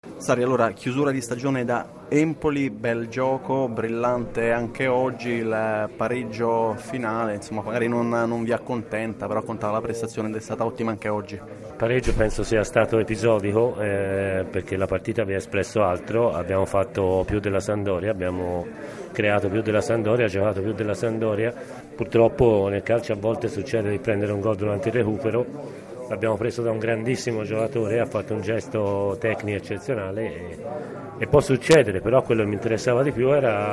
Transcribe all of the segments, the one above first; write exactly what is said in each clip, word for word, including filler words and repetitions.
Sari, allora, chiusura di stagione da Empoli, bel gioco, brillante anche oggi, il pareggio finale, insomma magari non, non vi accontenta, però contava la prestazione ed è stata ottima anche oggi. Il pareggio penso sia stato episodico eh, perché la partita aveva espresso altro, abbiamo fatto più della Sampdoria, abbiamo creato più della Sampdoria, giocato più della Sampdoria, purtroppo nel calcio a volte succede di prendere un gol durante il recupero. L'abbiamo preso da un grandissimo giocatore, ha fatto un gesto tecnico eccezionale e, e può succedere, però quello che mi interessava di più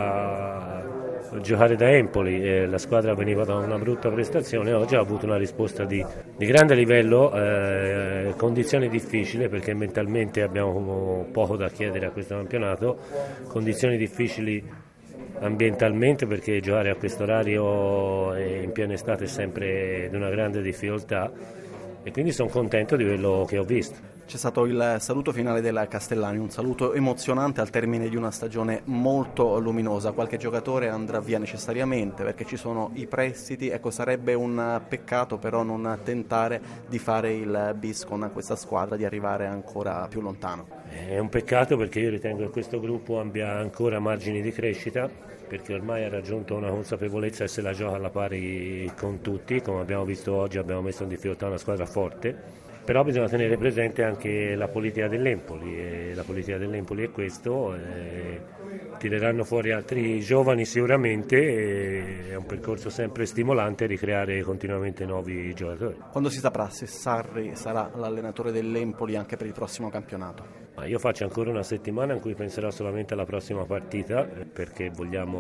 era giocare da Empoli. E la squadra veniva da una brutta prestazione, oggi ha avuto una risposta di, di grande livello, eh, condizioni difficili perché mentalmente abbiamo poco da chiedere a questo campionato, condizioni difficili ambientalmente perché giocare a questo orario in piena estate è sempre di una grande difficoltà. E quindi sono contento di quello che ho visto. C'è stato il saluto finale della Castellani, un saluto emozionante al termine di una stagione molto luminosa. Qualche giocatore andrà via necessariamente perché ci sono i prestiti, ecco, sarebbe un peccato però non tentare di fare il bis con questa squadra, di arrivare ancora più lontano. È un peccato perché io ritengo che questo gruppo abbia ancora margini di crescita, perché ormai ha raggiunto una consapevolezza e se la gioca alla pari con tutti, come abbiamo visto oggi abbiamo messo in difficoltà una squadra forte, però bisogna tenere presente anche la politica dell'Empoli e la politica dell'Empoli è questo, eh, tireranno fuori altri giovani sicuramente e è un percorso sempre stimolante ricreare continuamente nuovi giocatori. Quando si saprà se Sarri sarà l'allenatore dell'Empoli anche per il prossimo campionato? Ma io faccio ancora una settimana in cui penserò solamente alla prossima partita perché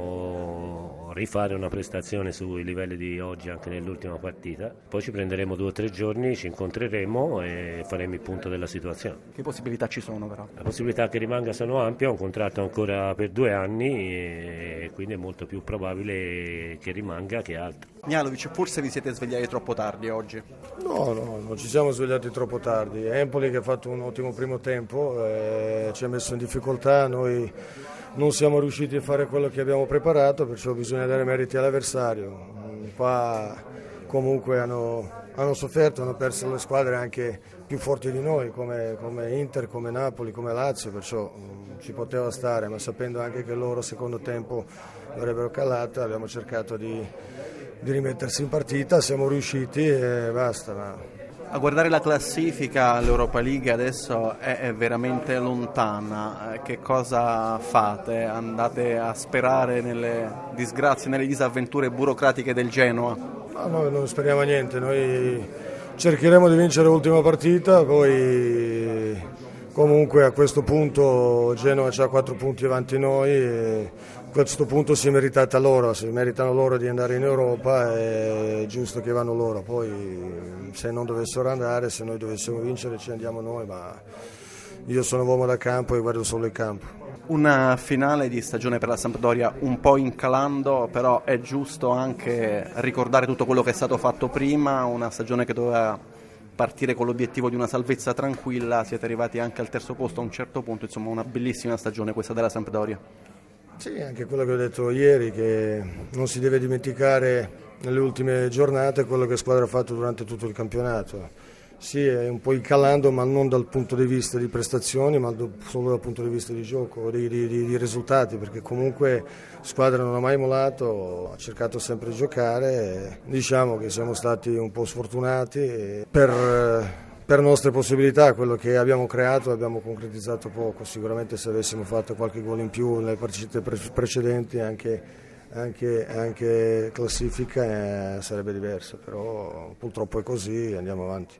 vogliamo rifare una prestazione sui livelli di oggi anche nell'ultima partita, poi ci prenderemo due o tre giorni, ci incontreremo e faremo il punto della situazione. Che possibilità ci sono però? La possibilità che rimanga sono ampie, ho un contratto ancora per due anni e quindi è molto più probabile che rimanga che altro. Mialovic, forse vi siete svegliati troppo tardi oggi? No, no, non ci siamo svegliati troppo tardi. Empoli che ha fatto un ottimo primo tempo, eh, ci ha messo in difficoltà, noi non siamo riusciti a fare quello che abbiamo preparato, perciò bisogna dare meriti all'avversario. Qua comunque hanno, hanno sofferto, hanno perso le squadre anche più forti di noi come, come Inter, come Napoli, come Lazio, perciò mh, ci poteva stare, ma sapendo anche che loro secondo tempo avrebbero calato abbiamo cercato di, di rimettersi in partita, siamo riusciti e basta. Ma... A guardare la classifica, l'Europa League adesso è, è veramente lontana. Che cosa fate? Andate a sperare nelle disgrazie, nelle disavventure burocratiche del Genoa? No, noi non speriamo niente, noi cercheremo di vincere l'ultima partita, poi comunque a questo punto Genoa ha quattro punti avanti noi e a questo punto si è meritata loro, si meritano loro di andare in Europa, è giusto che vanno loro, poi se non dovessero andare, se noi dovessimo vincere ci andiamo noi, ma io sono uomo da campo e guardo solo il campo. Una finale di stagione per la Sampdoria un po' incalando, però è giusto anche ricordare tutto quello che è stato fatto prima, una stagione che doveva partire con l'obiettivo di una salvezza tranquilla, siete arrivati anche al terzo posto a un certo punto, insomma una bellissima stagione questa della Sampdoria. Sì, anche quello che ho detto ieri, che non si deve dimenticare nelle ultime giornate quello che la squadra ha fatto durante tutto il campionato. Sì, è un po' incalando, ma non dal punto di vista di prestazioni, ma solo dal punto di vista di gioco, di, di, di risultati, perché comunque la squadra non ha mai mollato, ha cercato sempre di giocare. E diciamo che siamo stati un po' sfortunati per... Per nostre possibilità, quello che abbiamo creato abbiamo concretizzato poco, sicuramente se avessimo fatto qualche gol in più nelle partite precedenti anche, anche, anche classifica eh, sarebbe diversa, però purtroppo è così, andiamo avanti.